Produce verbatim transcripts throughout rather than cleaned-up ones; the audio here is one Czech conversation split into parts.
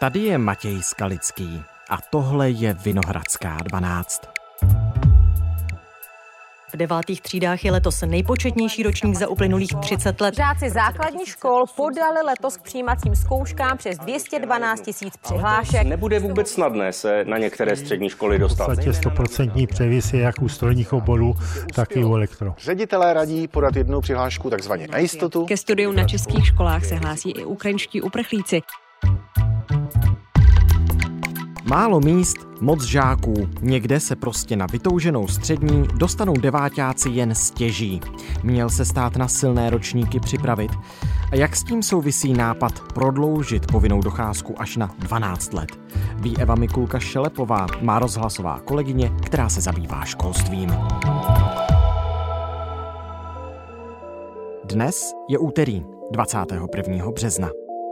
Tady je Matěj Skalický a tohle je Vinohradská dvanáct. V devátých třídách je letos nejpočetnější ročník za uplynulých třicet let. Žáci základních škol podali letos k přijímacím zkouškám přes dvě stě dvanáct tisíc přihlášek. Nebude vůbec snadné se na některé střední školy dostat. V podstatě stoprocentní převis je jak u strojních oborů, tak i u elektro. Ředitelé radí podat jednu přihlášku takzvaně na jistotu. Ke studiu na českých školách se hlásí i ukrajinští uprchlíci. Málo míst, moc žáků. Někde se prostě na vytouženou střední dostanou deváťáci jen stěží. Měl se stát na silné ročníky připravit. A jak s tím souvisí nápad prodloužit povinnou docházku až na dvanáct let? Ví Eva Mikulka Šelepová, má rozhlasová kolegyně, která se zabývá školstvím. Dnes je úterý, dvacátého prvního března.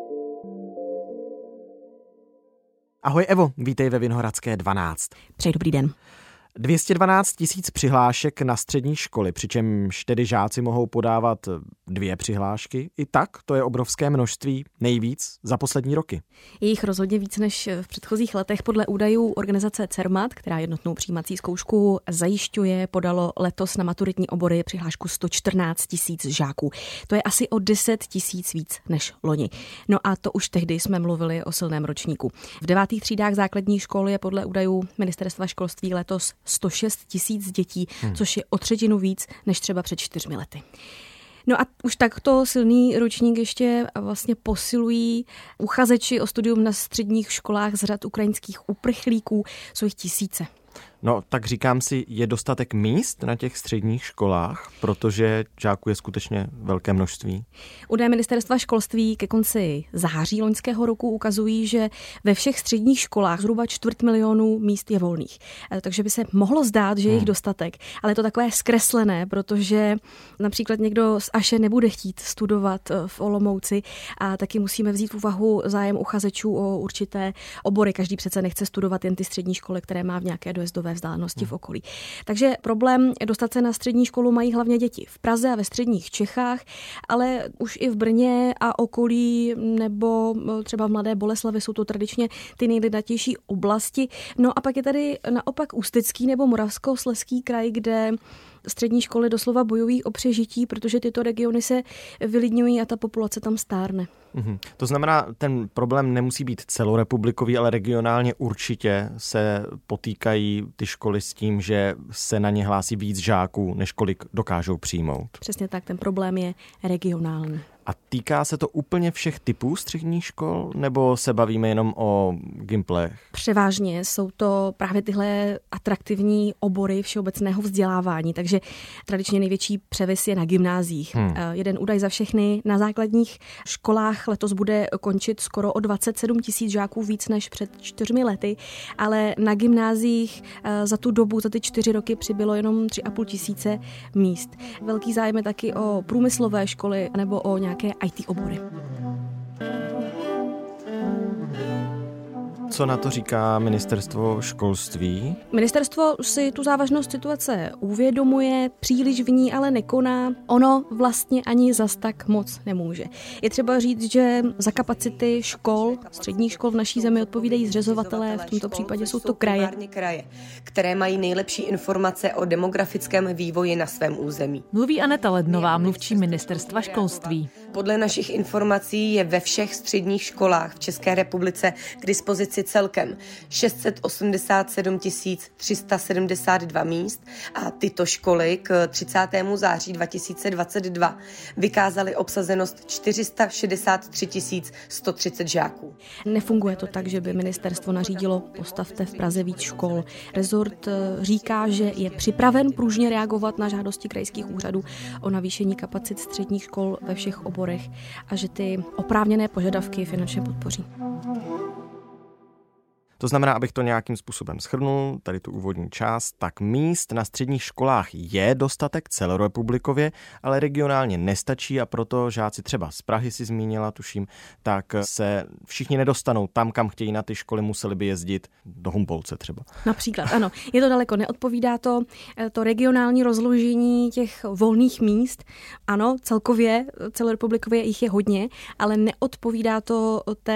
Ahoj Evo, vítej ve Vinohradské dvanáct. Přeji dobrý den. dvě stě dvanáct tisíc přihlášek na střední školy, přičemž tedy žáci mohou podávat dvě přihlášky. I tak to je obrovské množství, nejvíc za poslední roky. Je jich rozhodně víc než v předchozích letech. Podle údajů organizace CERMAT, která jednotnou přijímací zkoušku zajišťuje, podalo letos na maturitní obory přihlášku sto čtrnáct tisíc žáků. To je asi o deset tisíc víc než loni. No a to už tehdy jsme mluvili o silném ročníku. V devátých třídách základních škol je podle údajů Ministerstva školství letos sto šest tisíc dětí, hmm. což je o třetinu víc než třeba před čtyřmi lety. No a už takto silný ročník ještě vlastně posilují uchazeči o studium na středních školách z řad ukrajinských uprchlíků. Jsou jich tisíce. No, tak říkám si, je dostatek míst na těch středních školách, protože žáků je skutečně velké množství? Údaje Ministerstva školství ke konci září loňského roku ukazují, že ve všech středních školách zhruba čtvrt milionu míst je volných. Takže by se mohlo zdát, že je jich dostatek, ale je to takové zkreslené, protože například někdo z Aše nebude chtít studovat v Olomouci a taky musíme vzít v úvahu zájem uchazečů o určité obory. Každý přece nechce studovat jen ty střední školy, které má v nějaké dojezdové vzdálenosti v okolí. Takže problém dostat se na střední školu mají hlavně děti v Praze a ve středních Čechách, ale už i v Brně a okolí nebo třeba v Mladé Boleslavi jsou to tradičně ty nejlidatější oblasti. No a pak je tady naopak Ústecký nebo Moravskoslezský kraj, kde střední školy doslova bojují o přežití, protože tyto regiony se vylidňují a ta populace tam stárne. Mhm. To znamená, ten problém nemusí být celorepublikový, ale regionálně určitě se potýkají ty školy s tím, že se na ně hlásí víc žáků, než kolik dokážou přijmout. Přesně tak, ten problém je regionální. A týká se to úplně všech typů středních škol, nebo se bavíme jenom o gimplech? Převážně jsou to právě tyhle atraktivní obory všeobecného vzdělávání, takže tradičně největší převis je na gymnáziích. Hmm. Jeden údaj za všechny. Na základních školách letos bude končit skoro o dvacet sedm tisíc žáků víc než před čtyřmi lety, ale na gymnáziích za tu dobu, za ty čtyři roky přibylo jenom tři a půl tisíce míst. Velký zájem je taky o průmyslové školy nebo o nějaké í té obory. Co na to říká Ministerstvo školství? Ministerstvo si tu závažnost situace uvědomuje, příliš v ní ale nekoná. Ono vlastně ani zas tak moc nemůže. Je třeba říct, že za kapacity škol, středních škol v naší zemi odpovídají zřizovatelé, v tomto případě jsou to kraje. kraje, které mají nejlepší informace o demografickém vývoji na svém území. Mluví Aneta Lednová, mluvčí Ministerstva školství. Podle našich informací je ve všech středních školách v České republice k dispozici celkem šest set osmdesát sedm tisíc tři sta sedmdesát dva míst a tyto školy k třicátému září dva tisíce dvacet dva vykázaly obsazenost čtyři sta šedesát tři tisíc sto třicet žáků. Nefunguje to tak, že by ministerstvo nařídilo postavte v Praze víc škol. Rezort říká, že je připraven pružně reagovat na žádosti krajských úřadů o navýšení kapacit středních škol ve všech oborech a že ty oprávněné požadavky finančně podpoří. To znamená, abych to nějakým způsobem shrnul, tady tu úvodní část, tak míst na středních školách je dostatek celorepublikově, ale regionálně nestačí a proto žáci třeba z Prahy si zmínila, tuším, tak se všichni nedostanou tam, kam chtějí na ty školy, museli by jezdit do Humpolce třeba. Například, ano. Je to daleko, neodpovídá to to regionální rozložení těch volných míst. Ano, celkově, celorepublikově jich je hodně, ale neodpovídá to té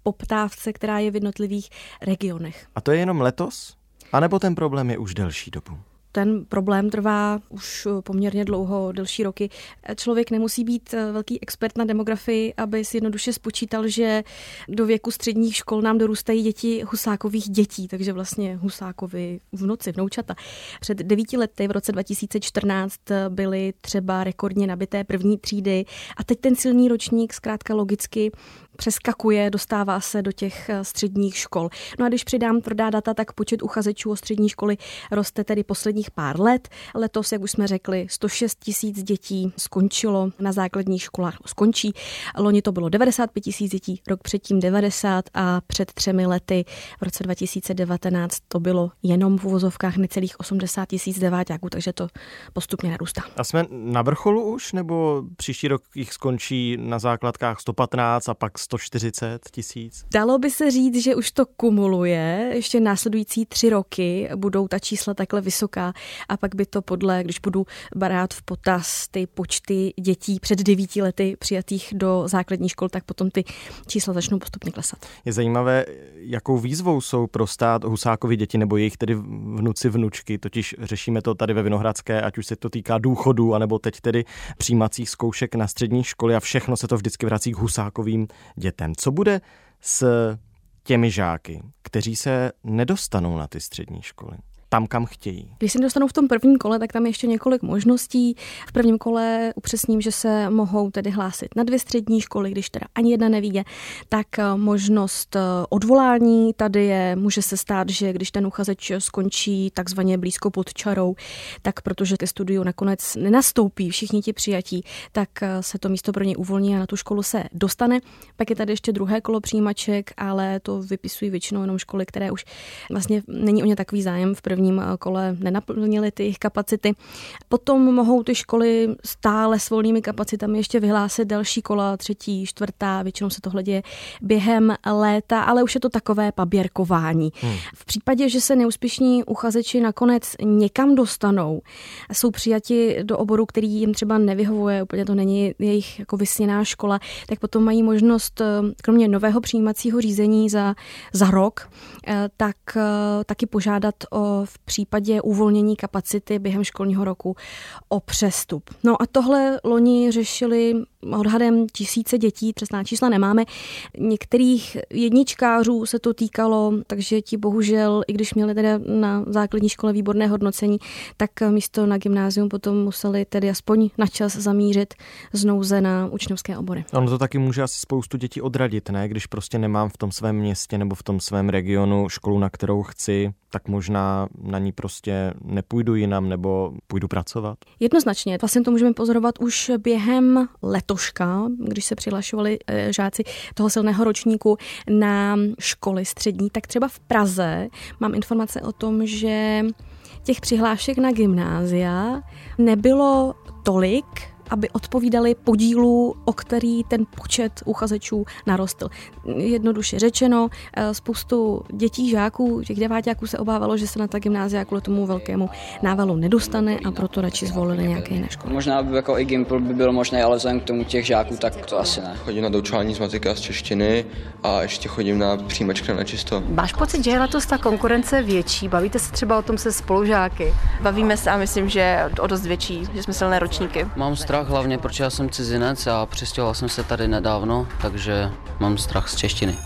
poptávce, která je v jednotlivých regionech. A to je jenom letos? A nebo ten problém je už delší dobu? Ten problém trvá už poměrně dlouho, delší roky. Člověk nemusí být velký expert na demografii, aby si jednoduše spočítal, že do věku středních škol nám dorůstají děti Husákových dětí, takže vlastně Husákovi vnuci, vnoučata. Před devíti lety v roce dva tisíce čtrnáct byly třeba rekordně nabité první třídy a teď ten silný ročník zkrátka logicky přeskakuje, dostává se do těch středních škol. No a když přidám tvrdá data, tak počet uchazečů o střední školy roste tedy posledních pár let. Letos, jak už jsme řekli, sto šest tisíc dětí skončilo na základních školách, skončí. Loni to bylo devadesát pět tisíc dětí, rok předtím devadesát a před třemi lety v roce dva tisíce devatenáct to bylo jenom v uvozovkách necelých osmdesát tisíc deváťáků, takže to postupně narůstá. A jsme na vrcholu už, nebo příští rok jich skončí na základkách sto patnáct a pak sto čtyřicet tisíc? Dalo by se říct, že už to kumuluje. Ještě následující tři roky budou ta čísla takhle vysoká a pak by to podle, když budu brát v potaz ty počty dětí před devíti lety přijatých do základní škol, tak potom ty čísla začnou postupně klesat. Je zajímavé, jakou výzvou jsou pro stát Husákovy děti nebo jejich tedy vnuci, vnučky, totiž řešíme to tady ve Vinohradské, ať už se to týká důchodů, anebo teď tedy přijímacích zkoušek na střední školy a všechno se to vždycky vrací k Husákovým dětem. Co bude s těmi žáky, kteří se nedostanou na ty střední školy? Tam, kam chtějí. Když se dostanou v tom prvním kole, tak tam je ještě několik možností. V prvním kole upřesním, že se mohou tedy hlásit na dvě střední školy, když teda ani jedna nevíde, tak možnost odvolání tady je, může se stát, že když ten uchazeč skončí takzvaně blízko pod čarou, tak protože ty studiu nakonec nenastoupí všichni ti přijatí, tak se to místo pro ně uvolní a na tu školu se dostane. Pak je tady ještě druhé kolo přijímaček, ale to vypisují většinou jenom školy, které už vlastně není o ně takový zájem v první kole nenaplnily ty jejich kapacity. Potom mohou ty školy stále s volnými kapacitami ještě vyhlásit další kola, třetí, čtvrtá, většinou se tohle děje během léta, ale už je to takové paběrkování. Hmm. V případě, že se neúspěšní uchazeči nakonec někam dostanou, jsou přijati do oboru, který jim třeba nevyhovuje, úplně to není jejich jako vysněná škola, tak potom mají možnost, kromě nového přijímacího řízení za, za rok, tak taky požádat o v případě uvolnění kapacity během školního roku o přestup. No a tohle loni řešili odhadem tisíce dětí, přesná čísla nemáme. Některých jedničkářů se to týkalo, takže ti bohužel, i když měli teda na základní škole výborné hodnocení, tak místo na gymnázium potom museli tedy aspoň na čas zamířit z nouze na učňovské obory. Ono to taky může asi spoustu dětí odradit, ne? Když prostě nemám v tom svém městě nebo v tom svém regionu školu, na kterou chci, tak možná na ní prostě nepůjdu jinam nebo půjdu pracovat. Jednoznačně. Vlastně to můžeme pozorovat už během letoška, když se přihlašovali žáci toho silného ročníku na školy střední, tak třeba v Praze mám informace o tom, že těch přihlášek na gymnázia nebylo tolik, aby odpovídali podílu, o který ten počet uchazečů narostl. Jednoduše řečeno, spoustu dětí, žáků, těch deváťáků se obávalo, že se na ta gymnázia kvůli tomu velkému návalu nedostane a proto radši zvolili nějaké jiné školy. Možná by jako i Gimpl by byl možné, ale vzhledem k tomu těch žáků, tak to asi ne. Chodím na doučování z matiky a z češtiny a ještě chodím na přijímačky na čisto. Máš pocit, že je letos ta konkurence větší? Bavíte se třeba o tom se spolužáky? Bavíme se a myslím, že o dost větší, že jsme silné ročníky. Mám strach hlavně, protože já jsem cizinec a přestěhoval jsem se tady nedávno, takže mám strach z češtiny.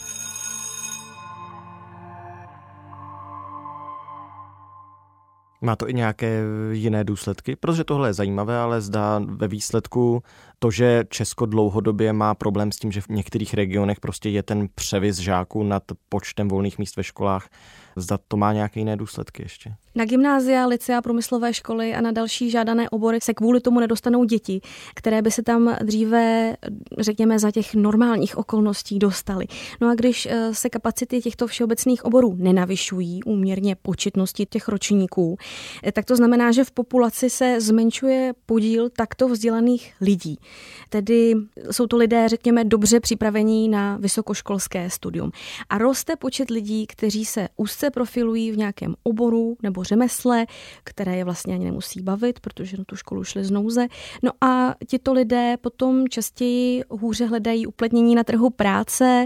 Má to i nějaké jiné důsledky? Protože tohle je zajímavé, ale zdá ve výsledku to, že Česko dlouhodobě má problém s tím, že v některých regionech prostě je ten převis žáků nad počtem volných míst ve školách. Zda to má nějaké jiné důsledky ještě? Na gymnázia, lycea, průmyslové školy a na další žádané obory se kvůli tomu nedostanou děti, které by se tam dříve, řekněme, za těch normálních okolností dostaly. No a když se kapacity těchto všeobecných oborů nenavyšují úměrně početnosti těch ročníků, tak to znamená, že v populaci se zmenšuje podíl takto vzdělaných lidí. Tedy jsou to lidé, řekněme, dobře připravení na vysokoškolské studium. A roste počet lidí, kteří se úzce profilují v nějakém oboru nebo nebo řemesle, které je vlastně ani nemusí bavit, protože na tu školu šli z nouze. No a tito lidé potom častěji hůře hledají uplatnění na trhu práce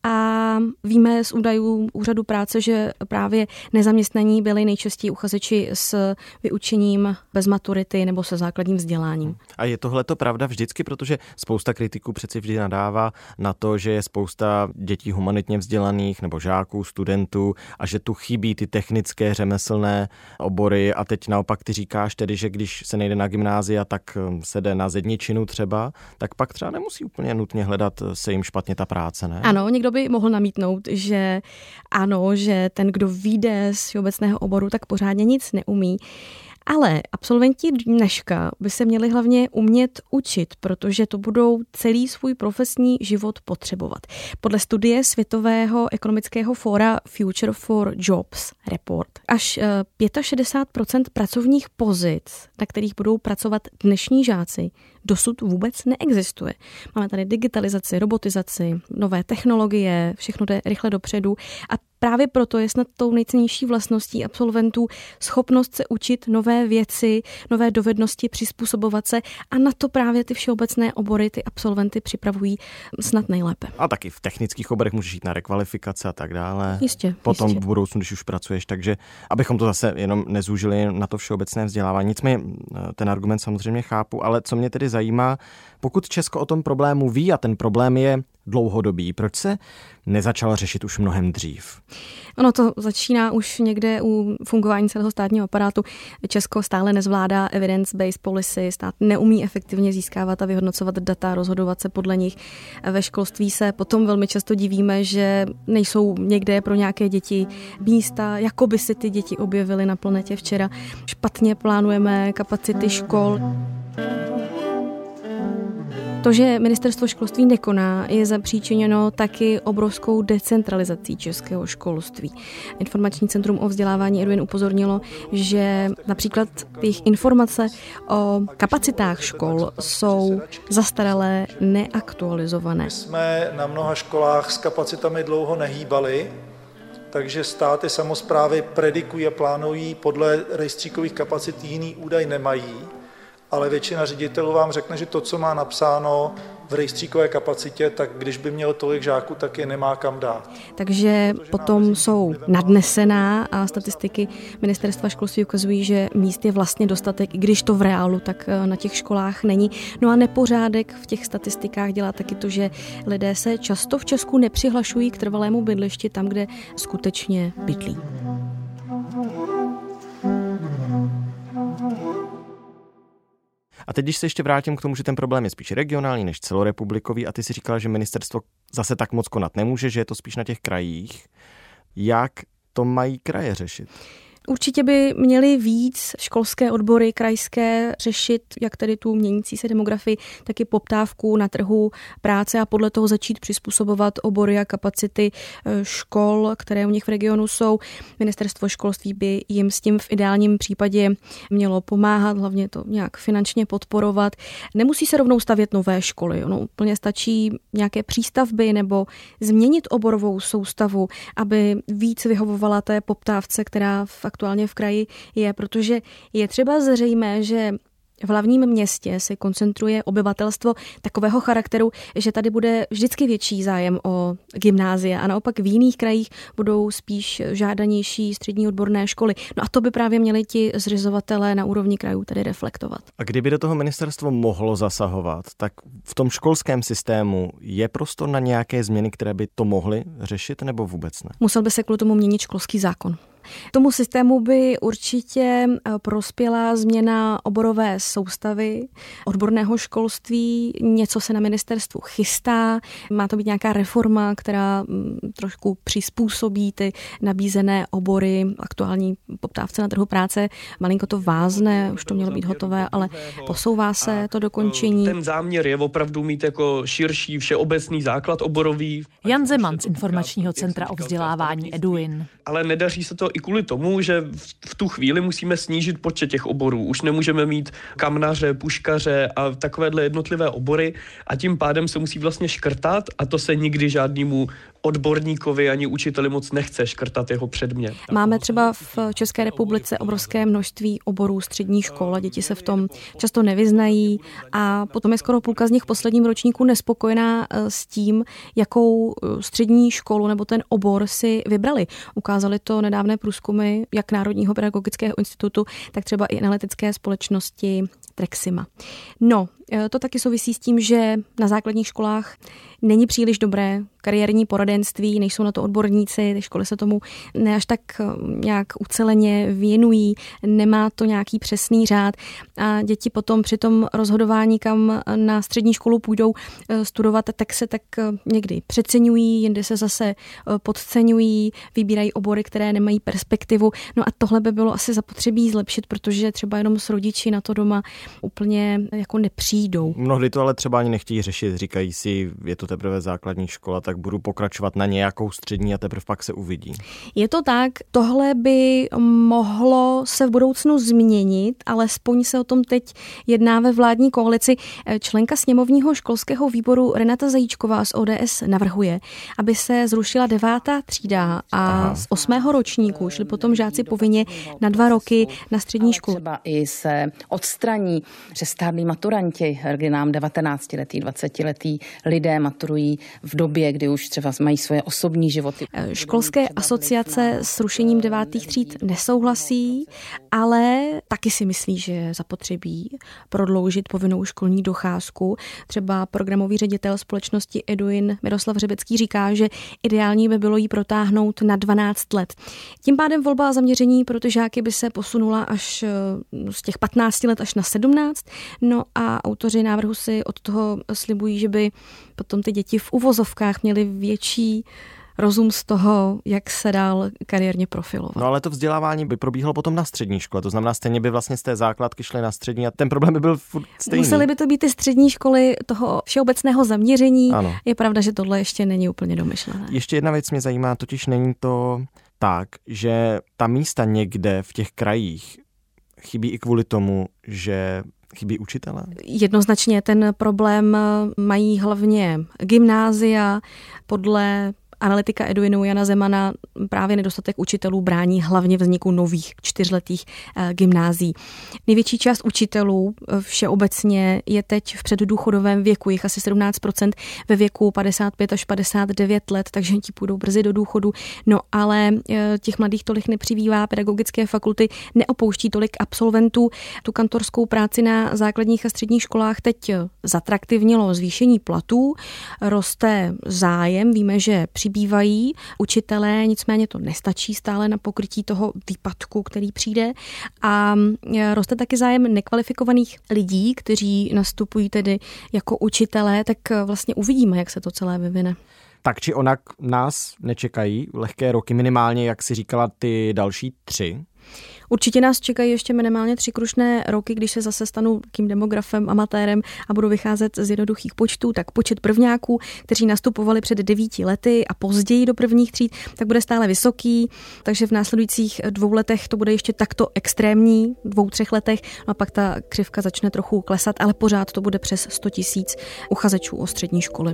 a víme z údajů úřadu práce, že právě nezaměstnaní byli nejčastěji uchazeči s vyučením bez maturity nebo se základním vzděláním. A je tohleto pravda vždycky, protože spousta kritiků přeci vždy nadává na to, že je spousta dětí humanitně vzdělaných nebo žáků, studentů a že tu chybí ty technické řemeslné obory a teď naopak ty říkáš tedy, že když se nejde na gymnázia, tak se jde na zedničinu třeba, tak pak třeba nemusí úplně nutně hledat se jim špatně ta práce, ne? Ano, někdo by mohl namítnout, že ano, že ten, kdo vyjde z všeobecného oboru, tak pořádně nic neumí. Ale absolventi dneška by se měli hlavně umět učit, protože to budou celý svůj profesní život potřebovat. Podle studie Světového ekonomického fóra Future for Jobs Report až šedesát pět procent pracovních pozic, na kterých budou pracovat dnešní žáci, dosud vůbec neexistuje. Máme tady digitalizaci, robotizaci, nové technologie, všechno jde rychle dopředu a právě proto je snad tou nejcennější vlastností absolventů schopnost se učit nové věci, nové dovednosti, přizpůsobovat se a na to právě ty všeobecné obory ty absolventy připravují snad nejlépe. A taky v technických oborech můžeš jít na rekvalifikace a tak dále. Jistě. Potom jistě. v budoucnu, když už pracuješ, takže abychom to zase jenom nezúžili na to všeobecné vzdělávání. Nicméně ten argument samozřejmě chápu, ale co mě tedy zajímá, pokud Česko o tom problému ví a ten problém je dlouhodobý, proč se nezačalo řešit už mnohem dřív? Ono to začíná už někde u fungování celého státního aparátu. Česko stále nezvládá evidence-based policy, stát neumí efektivně získávat a vyhodnocovat data, rozhodovat se podle nich. Ve školství se potom velmi často divíme, že nejsou někde pro nějaké děti místa, jako by si ty děti objevily na planetě včera. Špatně plánujeme kapacity škol. To, že ministerstvo školství nekoná, je zapříčiněno taky obrovskou decentralizací českého školství. Informační centrum o vzdělávání Edwin upozornilo, že například jejich informace o kapacitách škol jsou zastaralé, neaktualizované. My jsme na mnoha školách s kapacitami dlouho nehýbali, takže státy, samosprávy predikují a plánují podle rejstříkových kapacit, jiný údaj nemají. Ale většina ředitelů vám řekne, že to, co má napsáno v rejstříkové kapacitě, tak když by měl tolik žáků, tak je nemá kam dát. Takže potom jsou nadnesená a statistiky ministerstva školství ukazují, že míst je vlastně dostatek, i když to v reálu tak na těch školách není. No a nepořádek v těch statistikách dělá taky to, že lidé se často v Česku nepřihlašují k trvalému bydlišti tam, kde skutečně bydlí. A teď, když se ještě vrátím k tomu, že ten problém je spíš regionální než celorepublikový a ty si říkala, že ministerstvo zase tak moc konat nemůže, že je to spíš na těch krajích. Jak to mají kraje řešit? Určitě by měly víc školské odbory krajské řešit, jak tedy tu měnící se demografii, tak i poptávku na trhu práce a podle toho začít přizpůsobovat obory a kapacity škol, které u nich v regionu jsou. Ministerstvo školství by jim s tím v ideálním případě mělo pomáhat, hlavně to nějak finančně podporovat. Nemusí se rovnou stavět nové školy, ono úplně stačí nějaké přístavby nebo změnit oborovou soustavu, aby víc vyhovovala té poptávce, která v aktuálně v kraji je, protože je třeba zřejmé, že v hlavním městě se koncentruje obyvatelstvo takového charakteru, že tady bude vždycky větší zájem o gymnázia a naopak v jiných krajích budou spíš žádanější střední odborné školy. No a to by právě měli ti zřizovatelé na úrovni krajů tady reflektovat. A kdyby do toho ministerstvo mohlo zasahovat, tak v tom školském systému je prostor na nějaké změny, které by to mohly řešit, nebo vůbec ne? Musel by se kvůli tomu měnit školský zákon. Tomu systému by určitě prospěla změna oborové soustavy, odborného školství, něco se na ministerstvu chystá, má to být nějaká reforma, která trošku přizpůsobí ty nabízené obory aktuální poptávce na trhu práce. Malinko to vázne, už to mělo být hotové, ale posouvá se to dokončení. Ten záměr je opravdu mít jako širší všeobecný základ oborový. Jan Zeman z Informačního centra o vzdělávání Edwin. Ale nedaří se to i kvůli tomu, že v tu chvíli musíme snížit počet těch oborů. Už nemůžeme mít kamnaře, puškaře a takovéhle jednotlivé obory a tím pádem se musí vlastně škrtat a to se nikdy žádnému odborníkovi ani učiteli moc nechce škrtat jeho předmět. Máme třeba v České republice obrovské množství oborů středních škol a děti se v tom často nevyznají a potom je skoro půlka z nich v posledním ročníku nespokojená s tím, jakou střední školu nebo ten obor si vybrali. Ukázaly to nedávné průzkumy jak Národního pedagogického institutu, tak třeba i analytické společnosti Trexima. No, to taky souvisí s tím, že na základních školách není příliš dobré kariérní poradenství, nejsou na to odborníci, ty školy se tomu ne až tak nějak uceleně věnují, nemá to nějaký přesný řád a děti potom při tom rozhodování, kam na střední školu půjdou studovat, tak se tak někdy přeceňují, jinde se zase podceňují, vybírají obory, které nemají perspektivu. No a tohle by bylo asi zapotřebí zlepšit, protože třeba jenom s rodiči na to doma úplně jako nepřijdou. Mnohdy to ale třeba ani nechtějí řešit, říkají si, je to teprve základní škola, tak budu pokračovat na nějakou střední a teprve pak se uvidí. Je to tak, tohle by mohlo se v budoucnu změnit, alespoň se o tom teď jedná ve vládní koalici. Členka sněmovního školského výboru Renata Zajíčková z O D S navrhuje, aby se zrušila devátá třída a Aha. z osmého ročníku šli potom žáci povinně na dva roky na střední školu. Třeba i se odstraní přestárlí maturanti, kdy nám devatenáctiletí, dvacetiletí lidé maturují v době, kdy už třeba mají svoje osobní životy. Školské asociace s rušením devátých tříd nesouhlasí, ale taky si myslí, že je zapotřebí prodloužit povinnou školní docházku. Třeba programový ředitel společnosti Eduin Miroslav Řebecký říká, že ideální by bylo jí protáhnout na dvanáct let. Tím pádem volba a zaměření pro ty žáky by se posunula až z těch patnácti let až na sedmnáct. No a autoři návrhu si od toho slibují, že by potom ty děti v uvozovkách měly větší rozum z toho, jak se dál kariérně profilovat. No ale to vzdělávání by probíhalo potom na střední škole, to znamená stejně by vlastně z té základky šly na střední a ten problém by byl furt stejný. Musely by to být ty střední školy toho všeobecného zaměření. Ano. Je pravda, že tohle ještě není úplně domyšlené. Ještě jedna věc mě zajímá, totiž není to tak, že ta místa někde v těch krajích chybí i kvůli tomu, že chybí učitelé? Jednoznačně ten problém mají hlavně gymnázia. Podle analytika Eduinu Jana Zemana právě nedostatek učitelů brání hlavně vzniku nových čtyřletých gymnázií. Největší část učitelů všeobecně je teď v předdůchodovém věku, jich asi sedmnáct procent ve věku padesát pět až padesát devět let, takže ti půjdou brzy do důchodu. No ale těch mladých tolik nepřibývá, pedagogické fakulty neopouští tolik absolventů. Tu kantorskou práci na základních a středních školách teď zatraktivnilo zvýšení platů, roste zájem, víme, že přibývají učitelé, nicméně to nestačí stále na pokrytí toho výpadku, který přijde a roste taky zájem nekvalifikovaných lidí, kteří nastupují tedy jako učitelé, tak vlastně uvidíme, jak se to celé vyvine. Tak či onak nás nečekají lehké roky, minimálně, jak si říkala, ty další tři? Určitě nás čekají ještě minimálně tři krušné roky, když se zase stanu takým demografem, amatérem a budu vycházet z jednoduchých počtů, tak počet prvňáků, kteří nastupovali před devíti lety a později do prvních tříd, tak bude stále vysoký, takže v následujících dvou letech to bude ještě takto extrémní, dvou, třech letech, no a pak ta křivka začne trochu klesat, ale pořád to bude přes sto tisíc uchazečů o střední školy.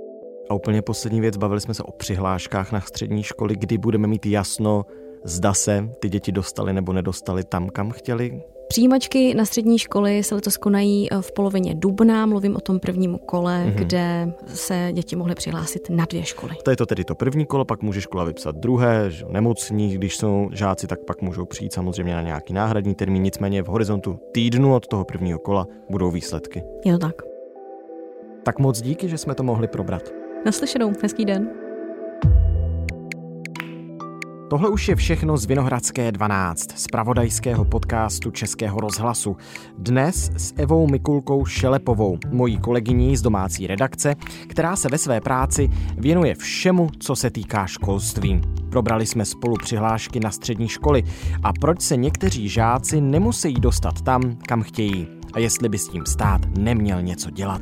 A úplně poslední věc, bavili jsme se o přihláškách na střední školy, kdy budeme mít jasno, zda se ty děti dostaly nebo nedostaly tam, kam chtěli. Přijímačky na střední školy se letos konají v polovině dubna, mluvím o tom prvním kole, mm-hmm. kde se děti mohly přihlásit na dvě školy. To je to tedy to první kolo, pak může škola vypsat druhé, že nemocní, když jsou žáci, tak pak můžou přijít samozřejmě na nějaký náhradní termín, nicméně v horizontu týdnu od toho prvního kola budou výsledky. Je to tak. Tak moc díky, že jsme to mohli probrat. Naslyšenou, hezký den. Tohle už je všechno z Vinohradské dvanáct, zpravodajského podcastu Českého rozhlasu. Dnes s Evou Mikulkou Šelepovou, mojí kolegyní z domácí redakce, která se ve své práci věnuje všemu, co se týká školství. Probrali jsme spolu přihlášky na střední školy a proč se někteří žáci nemusí dostat tam, kam chtějí a jestli by s tím stát neměl něco dělat.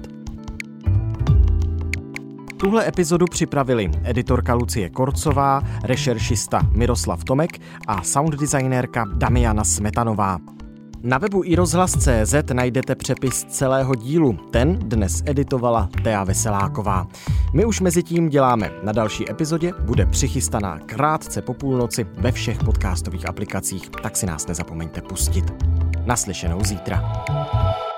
Tuhle epizodu připravili editorka Lucie Korcová, rešeršista Miroslav Tomek a sound designérka Damiana Smetanová. Na webu i rozhlas tečka cé zet najdete přepis celého dílu. Ten dnes editovala Thea Veseláková. My už mezi tím děláme. Na další epizodě bude přichystaná krátce po půlnoci ve všech podcastových aplikacích, tak si nás nezapomeňte pustit. Naslyšenou zítra.